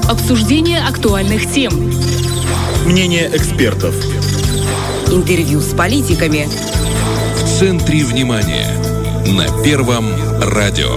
Обсуждение актуальных тем. Мнение экспертов. Интервью с политиками. В центре внимания. На Первом радио.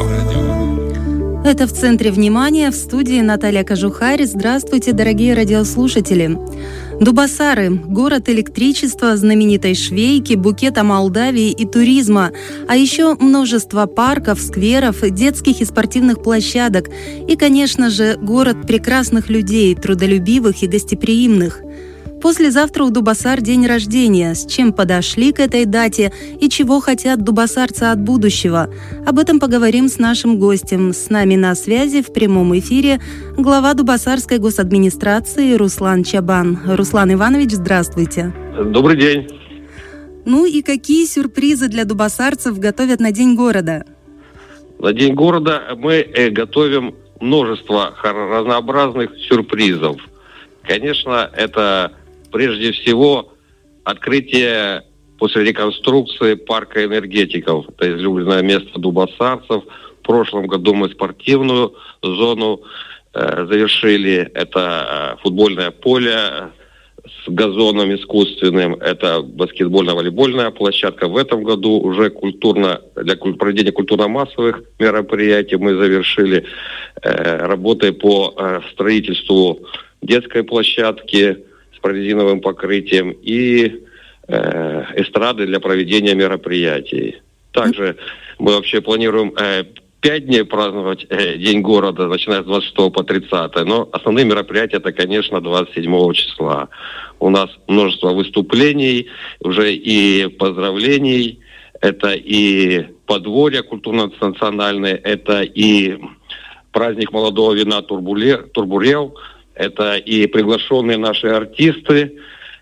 Это «В центре внимания», в студии Наталья Кожухарь. Здравствуйте, дорогие радиослушатели. Дубасары – город электричества, знаменитой швейки, букета Молдавии и туризма, а еще множество парков, скверов, детских и спортивных площадок и, конечно же, город прекрасных людей, трудолюбивых и гостеприимных. Послезавтра у Дубасар день рождения. С чем подошли к этой дате и чего хотят дубасарцы от будущего? Об этом поговорим с нашим гостем. С нами на связи в прямом эфире глава Дубасарской госадминистрации Руслан Чабан. Руслан Иванович, здравствуйте. Добрый день. Ну и какие сюрпризы для дубасарцев готовят на День города? На День города мы готовим множество разнообразных сюрпризов. Конечно, это прежде всего открытие после реконструкции парка энергетиков. Это излюбленное место дубасарцев. В прошлом году мы спортивную зону завершили. Это футбольное поле с газоном искусственным. Это баскетбольно-волейбольная площадка. В этом году уже для проведения культурно-массовых мероприятий мы завершили работы по строительству детской площадки с прорезиновым покрытием и эстрады для проведения мероприятий. Также мы вообще планируем 5 дней праздновать День города, начиная с 26 по 30. Но основные мероприятия это, конечно, 27 числа. У нас множество выступлений, уже и поздравлений. Это и подворье культурно-национальное, это и праздник молодого вина Турбурел. Это и приглашенные наши артисты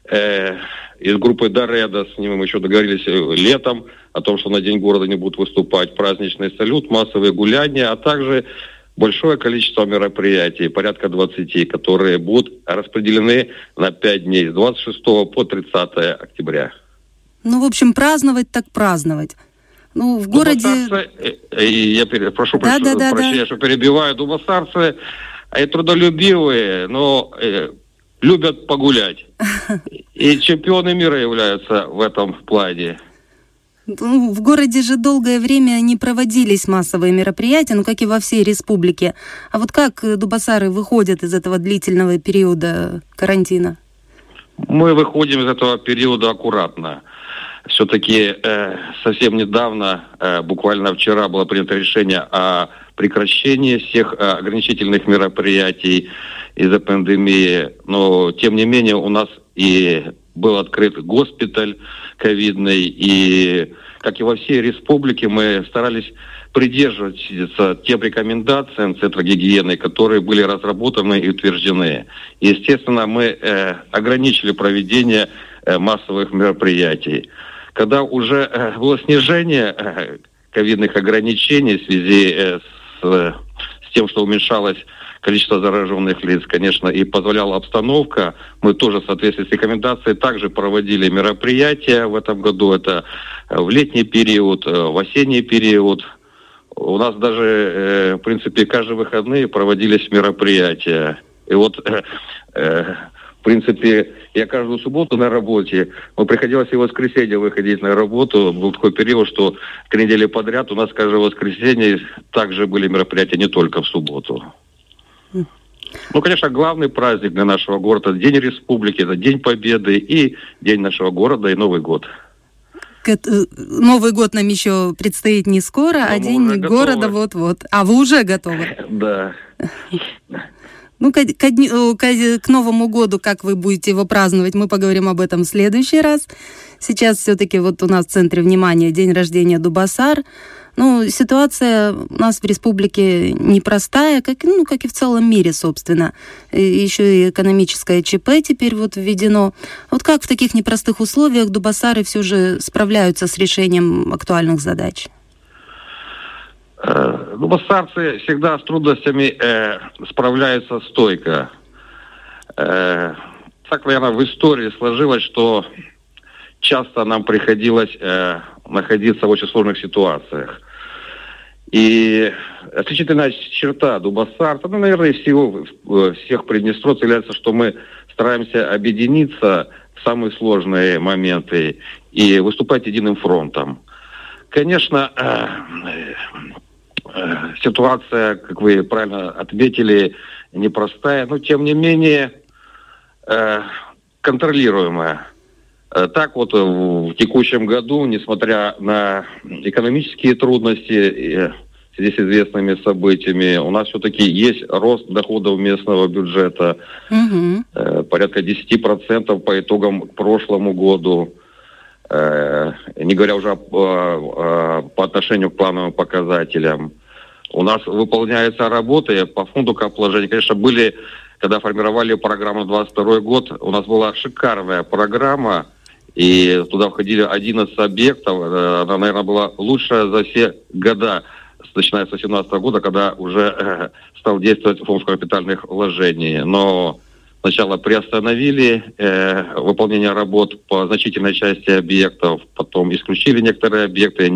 из группы Доредо. С ними мы еще договорились летом о том, что на День города они будут выступать. Праздничный салют, массовые гуляния, а также большое количество мероприятий, порядка 20, которые будут распределены на 5 дней, с 26 по 30 октября. Ну, в общем, праздновать так праздновать. Ну, в городе... Я прошу прощения, что перебиваю. Дубасарцы трудолюбивые, но любят погулять. И чемпионы мира являются в этом плане. В городе же долгое время не проводились массовые мероприятия, как и во всей республике. А вот как дубасары выходят из этого длительного периода карантина? Мы выходим из этого периода аккуратно. Все-таки совсем недавно, буквально вчера, было принято решение о прекращении всех ограничительных мероприятий из-за пандемии. Но, тем не менее, у нас и был открыт госпиталь ковидный. И, как и во всей республике, мы старались придерживаться тем рекомендациям Центра гигиены, которые были разработаны и утверждены. Естественно, мы ограничили проведение массовых мероприятий. Когда уже было снижение ковидных ограничений в связи с тем, что уменьшалось количество зараженных лиц, конечно, и позволяла обстановка, мы тоже в соответствии с рекомендацией также проводили мероприятия в этом году. Это в летний период, в осенний период. У нас даже, в принципе, каждые выходные проводились мероприятия. И вот... В принципе, я каждую субботу на работе, но приходилось и в воскресенье выходить на работу. Был такой период, что 3 недели подряд у нас каждое воскресенье также были мероприятия, не только в субботу. Ну, конечно, главный праздник для нашего города – День Республики, это День Победы и День нашего города, и Новый год. Новый год нам еще предстоит не скоро, а День города вот-вот. А вы уже готовы? Да. Ну, к Новому году, как вы будете его праздновать, мы поговорим об этом в следующий раз. Сейчас все-таки вот у нас в центре внимания день рождения Дубасар. Ну, ситуация у нас в республике непростая, как и в целом мире, собственно. Еще и экономическое ЧП теперь вот введено. Вот как в таких непростых условиях дубасары все же справляются с решением актуальных задач? Дубасарцы всегда с трудностями справляются стойко. Так, наверное, в истории сложилось, что часто нам приходилось находиться в очень сложных ситуациях. И отличительная черта Дубосарца, наверное, всех приднестровцев является, что мы стараемся объединиться в самые сложные моменты и выступать единым фронтом. Конечно, ситуация, как вы правильно отметили, непростая, но тем не менее контролируемая. Так вот в текущем году, несмотря на экономические трудности в связи с известными событиями, у нас все-таки есть рост доходов местного бюджета, порядка 10% по итогам к прошлому году. Не говоря уже по отношению к плановым показателям. У нас выполняются работы по фонду капиталовложений. Конечно, были, когда формировали программу на 2022 год, у нас была шикарная программа, и туда входили 11 объектов. Она, наверное, была лучшая за все года, начиная с 2018 года, когда уже стал действовать фонд капитальных вложений. Но сначала приостановили выполнение работ по значительной части объектов, потом исключили некоторые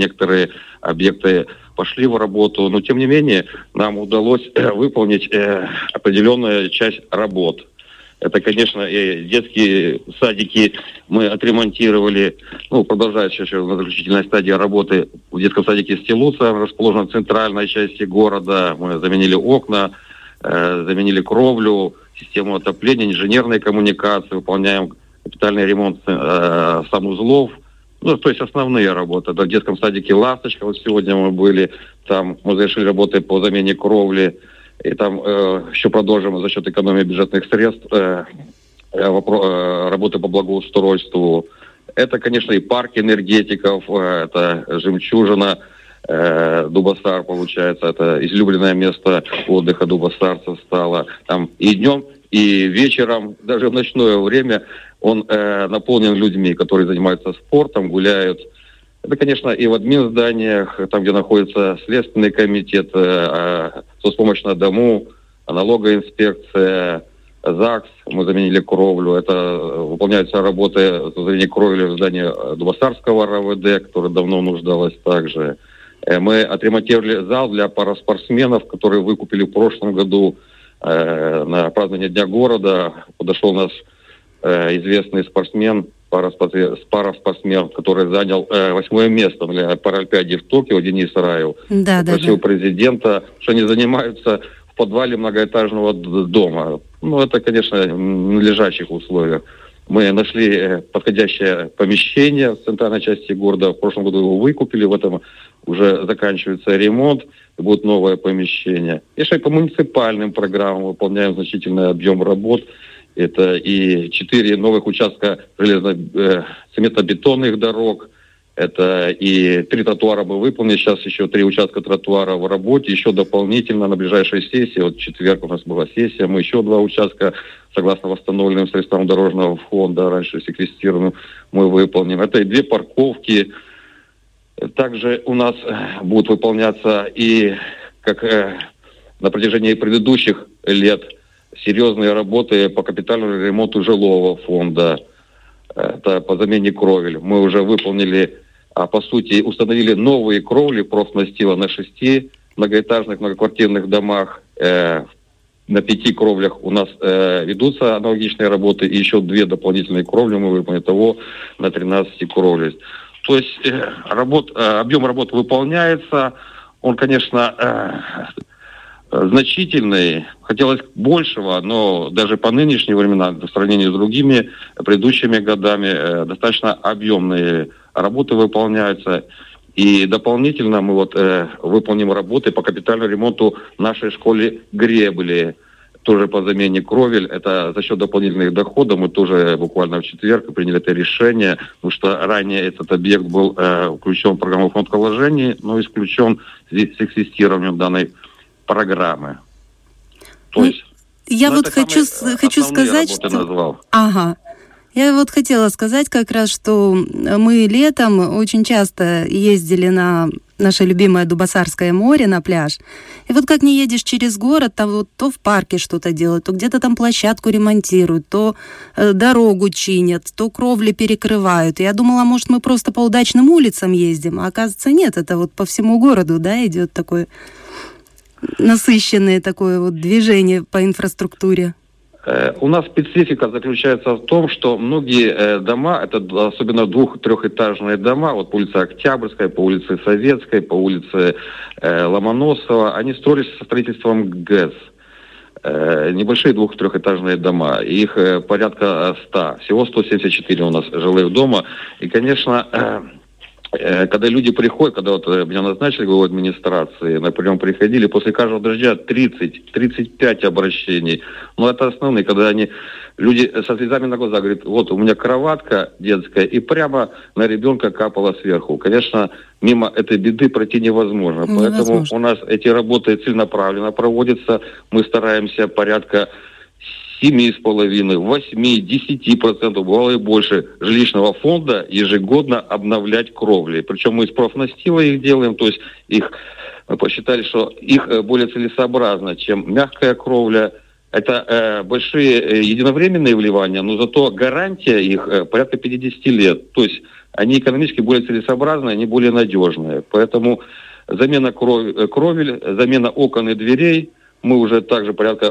объекты пошли в работу. Но, тем не менее, нам удалось выполнить определенную часть работ. Это, конечно, и детские садики мы отремонтировали, продолжается еще на заключительной стадии работы в детском садике Стелуца, расположенном в центральной части города. Мы заменили окна, заменили кровлю, систему отопления, инженерные коммуникации, выполняем капитальный ремонт санузлов, то есть основные работы. В детском садике «Ласточка», вот сегодня мы были, там мы завершили работы по замене кровли, и там еще продолжим за счет экономии бюджетных средств работы по благоустройству. Это, конечно, и парк энергетиков, это жемчужина, Дубосар, получается, это излюбленное место отдыха дубосарцев стало. Там и днем, и вечером, даже в ночное время он наполнен людьми, которые занимаются спортом, гуляют. Это, конечно, и в админзданиях, там, где находится Следственный комитет, соцпомощь на дому, налоговая инспекция, ЗАГС, мы заменили кровлю. Это выполняются работы по замене кровли в здании Дубосарского РОВД, которое давно нуждалось также. Мы отремонтировали зал для параспортсменов, который выкупили в прошлом году на празднование Дня города. Подошел наш известный спортсмен, параспортсмен, который занял 8 место на Паралимпиаде в Токио, Денис Раев. Просил президента, что они занимаются в подвале многоэтажного дома. Это, конечно, в надлежащих условиях. Мы нашли подходящее помещение в центральной части города. В прошлом году его выкупили, в этом уже заканчивается ремонт, и будет новое помещение. И по муниципальным программам выполняем значительный объем работ. Это и 4 новых участка цементобетонных дорог, это и 3 тротуара мы выполнили, сейчас еще 3 участка тротуара в работе, еще дополнительно на ближайшей сессии, вот в четверг у нас была сессия, мы еще 2 участка, согласно восстановленным средствам дорожного фонда, раньше секвестированным, мы выполним. Это и 2 парковки. Также у нас будут выполняться и, как на протяжении предыдущих лет, серьезные работы по капитальному ремонту жилого фонда, это по замене кровель. Мы уже выполнили, по сути, установили новые кровли профнастила на 6 многоэтажных, многоквартирных домах. На 5 кровлях у нас ведутся аналогичные работы, и еще 2 дополнительные кровли мы выполнили, того на 13 кровлях. То есть объем работ выполняется, он, конечно, значительный, хотелось большего, но даже по нынешним временам, в сравнении с другими предыдущими годами, достаточно объемные работы выполняются. И дополнительно мы выполним работы по капитальному ремонту нашей школы Гребли, тоже по замене кровель. Это за счет дополнительных доходов. Мы тоже буквально в четверг приняли это решение, потому что ранее этот объект был включен в программу фонда вложений, но исключен с экзистированием данной программы. То есть, я хочу сказать, что... назвал. Ага. Я вот хотела сказать как раз, что мы летом очень часто ездили на наше любимое Дубосарское море, на пляж. И вот как не едешь через город, там вот то в парке что-то делают, то где-то там площадку ремонтируют, то дорогу чинят, то кровли перекрывают. Я думала, может, мы просто по удачным улицам ездим, а оказывается, нет, это вот по всему городу, да, идет такое насыщенное такое вот движение по инфраструктуре. У нас специфика заключается в том, что многие дома, это особенно 2-3-этажные дома, вот по улице Октябрьской, по улице Советской, по улице Ломоносова, они строились со строительством ГЭС. Небольшие 2-3-этажные дома, их порядка 100, всего 174 у нас жилых дома. И, конечно, когда люди приходят, когда вот меня назначили главой администрации, на прием приходили, после каждого дождя 30-35 обращений. Но это основные, когда люди со слезами на глазах говорят, вот у меня кроватка детская, и прямо на ребенка капало сверху. Конечно, мимо этой беды пройти невозможно. Поэтому у нас эти работы целенаправленно проводятся. Мы стараемся порядка 7,5%, 8%, 10%, бывало и больше жилищного фонда ежегодно обновлять кровли. Причем мы из профнастила их делаем, то есть мы посчитали, что их более целесообразно, чем мягкая кровля. Это большие единовременные вливания, но зато гарантия их порядка 50 лет. То есть они экономически более целесообразные, они более надежные. Поэтому замена кровель, замена окон и дверей. Мы уже также порядка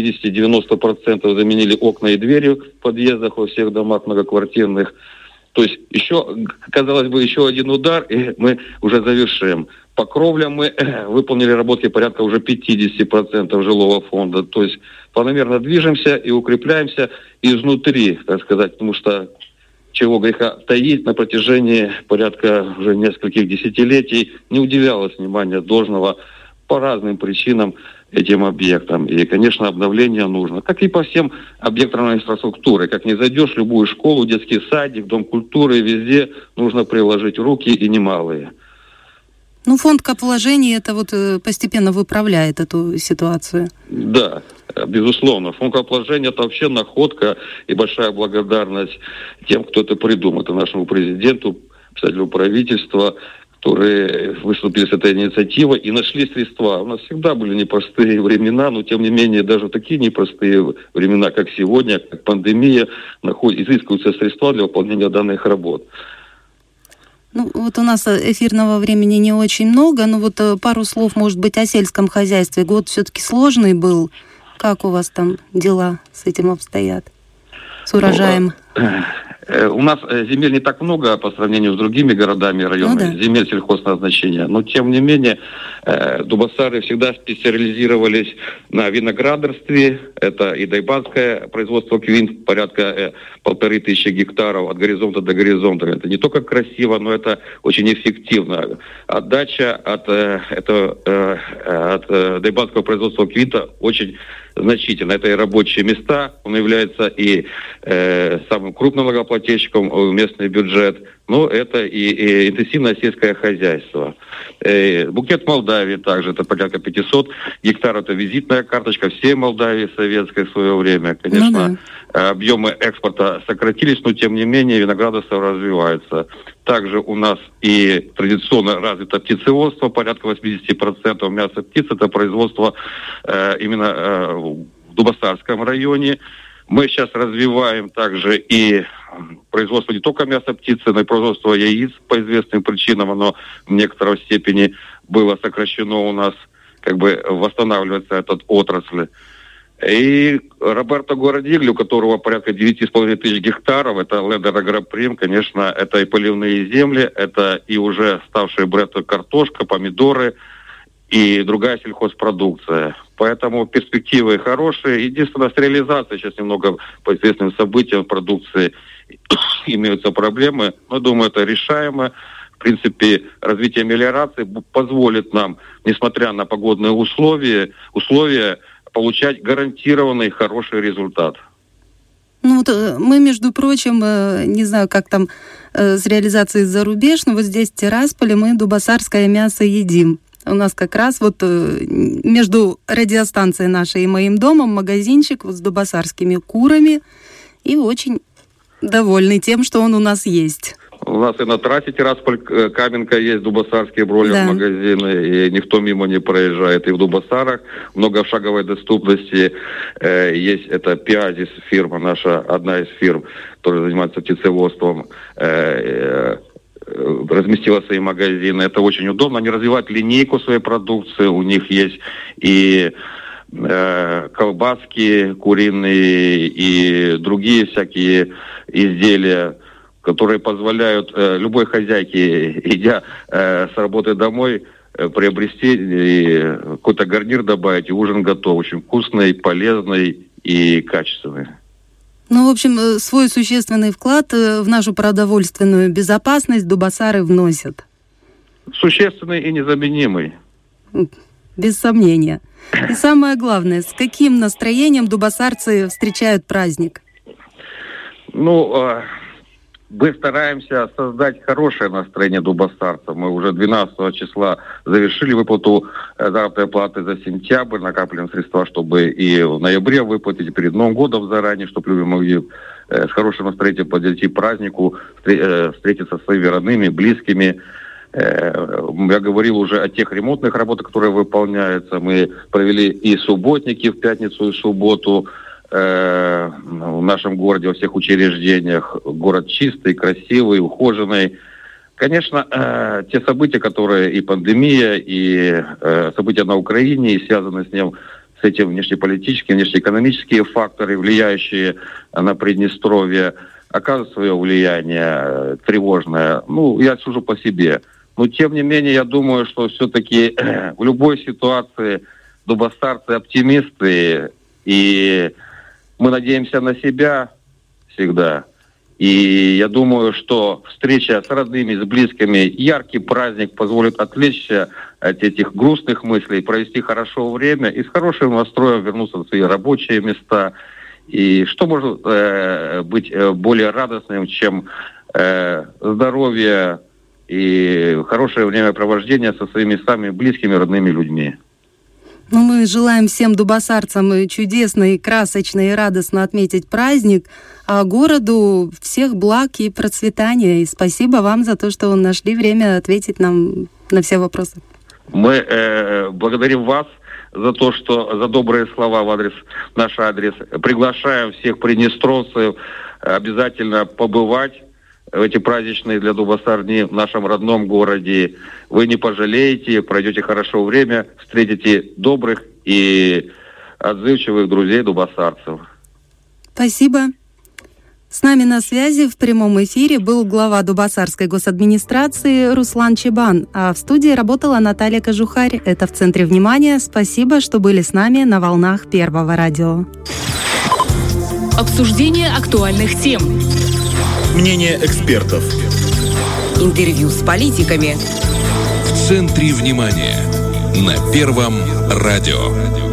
80-90% заменили окна и двери в подъездах во всех домах многоквартирных. То есть еще, казалось бы, еще один удар, и мы уже завершим. По кровлям мы выполнили работы порядка уже 50% жилого фонда. То есть планомерно движемся и укрепляемся изнутри, так сказать, потому что чего греха таить, на протяжении порядка уже нескольких десятилетий не уделялось внимания должного по разным причинам этим объектам. И, конечно, обновление нужно. Как и по всем объектам инфраструктуры. Как не зайдешь в любую школу, детский садик, дом культуры, везде нужно приложить руки, и немалые. Ну, фонд капвложений это вот постепенно выправляет эту ситуацию. Да, безусловно. Фонд капвложений это вообще находка и большая благодарность тем, кто это придумал. Это нашему президенту, председателю правительства, которые выступили с этой инициативой и нашли средства. У нас всегда были непростые времена, но тем не менее даже такие непростые времена, как сегодня, как пандемия, изыскиваются средства для выполнения данных работ. Ну, вот у нас эфирного времени не очень много, но вот пару слов, может быть, о сельском хозяйстве. Год все-таки сложный был. Как у вас там дела с этим обстоят? С урожаем? У нас земель не так много по сравнению с другими городами и районами, земель сельхозназначения. Но, тем не менее, дубосары всегда специализировались на виноградарстве. Это и дайбанское производство квин, порядка 1500 гектаров от горизонта до горизонта. Это не только красиво, но это очень эффективно. Отдача от дайбанского производства квита очень значительно. Это и рабочие места, он является и самым крупным налогоплательщиком в местный бюджет, но это и интенсивное сельское хозяйство. Букет Молдавии также, это порядка 500 гектаров, это визитная карточка всей Молдавии советской в свое время. Конечно, объемы экспорта сократились, но тем не менее виноградарство развивается. Также у нас и традиционно развито птицеводство, порядка 80% мяса птиц, это производство именно в Дубосарском районе. Мы сейчас развиваем также и производство не только мяса птицы, но и производство яиц по известным причинам. Оно в некоторой степени было сокращено у нас, как бы восстанавливается эта отрасль. И Роберто Гуардигль, у которого порядка 9,5 тысяч гектаров, это Ледер Агроприм, конечно, это и поливные земли, это и уже ставшие брендом картошка, помидоры и другая сельхозпродукция. Поэтому перспективы хорошие. Единственное, с реализацией сейчас немного по известным событиям продукции имеются проблемы, но, думаю, это решаемо. В принципе, развитие мелиорации позволит нам, несмотря на погодные условия получать гарантированный хороший результат. Ну вот мы, между прочим, не знаю, как там с реализацией за рубеж, но вот здесь в Тирасполе мы дубосарское мясо едим. У нас как раз вот между радиостанцией нашей и моим домом магазинчик вот с дубосарскими курами. И очень Довольны тем, что он у нас есть. У нас и на трассе Тирасполь-Каменка есть дубасарские бройлер-магазины, и никто мимо не проезжает. И в Дубасарах много в шаговой доступности есть. Это Пиазис фирма наша, одна из фирм, которая занимается птицеводством, разместила свои магазины. Это очень удобно. Они развивают линейку своей продукции. У них есть и колбаски куриные, и другие всякие изделия, которые позволяют любой хозяйке, идя с работы домой, приобрести и какой-то гарнир добавить, и ужин готов. Очень вкусный, полезный и качественный. Ну, в общем, свой существенный вклад в нашу продовольственную безопасность дубасары вносят. Существенный и незаменимый. Без сомнения. И самое главное, с каким настроением дубасарцы встречают праздник? Мы стараемся создать хорошее настроение дубасарцев. Мы уже 12 числа завершили выплату заработной платы за сентябрь, накапливаем средства, чтобы и в ноябре выплатить, перед Новым годом заранее, чтобы люди могли с хорошим настроением подойти к празднику, встретиться со своими родными, близкими. Я говорил уже о тех ремонтных работах, которые выполняются. Мы провели и субботники в пятницу и субботу в нашем городе, во всех учреждениях. Город чистый, красивый, ухоженный. Конечно, те события, которые и пандемия, и события на Украине, и связанные с этим внешнеполитические, внешнеэкономические факторы, влияющие на Приднестровье, оказывают свое влияние тревожное. Я сужу по себе. Но, тем не менее, я думаю, что все-таки в любой ситуации дубасарцы оптимисты, и мы надеемся на себя всегда. И я думаю, что встреча с родными, с близкими, яркий праздник позволит отвлечься от этих грустных мыслей, провести хорошо время и с хорошим настроем вернуться в свои рабочие места. И что может быть более радостным, чем здоровье и хорошее времяпровождение со своими самыми близкими, родными людьми? Мы желаем всем дубасарцам чудесно и красочно и радостно отметить праздник, а городу всех благ и процветания. И спасибо вам за то, что нашли время ответить нам на все вопросы. Мы благодарим вас за то, что за добрые слова в наш адрес. Приглашаем всех приднестровцев обязательно побывать в эти праздничные для дубасар дни в нашем родном городе. Вы не пожалеете, пройдете хорошо время, встретите добрых и отзывчивых друзей дубасарцев. Спасибо. С нами на связи в прямом эфире был глава Дубасарской госадминистрации Руслан Чебан, а в студии работала Наталья Кожухарь. Это «В центре внимания». Спасибо, что были с нами на волнах Первого радио. Обсуждение актуальных тем. Мнение экспертов. Интервью с политиками. В центре внимания. На Первом радио.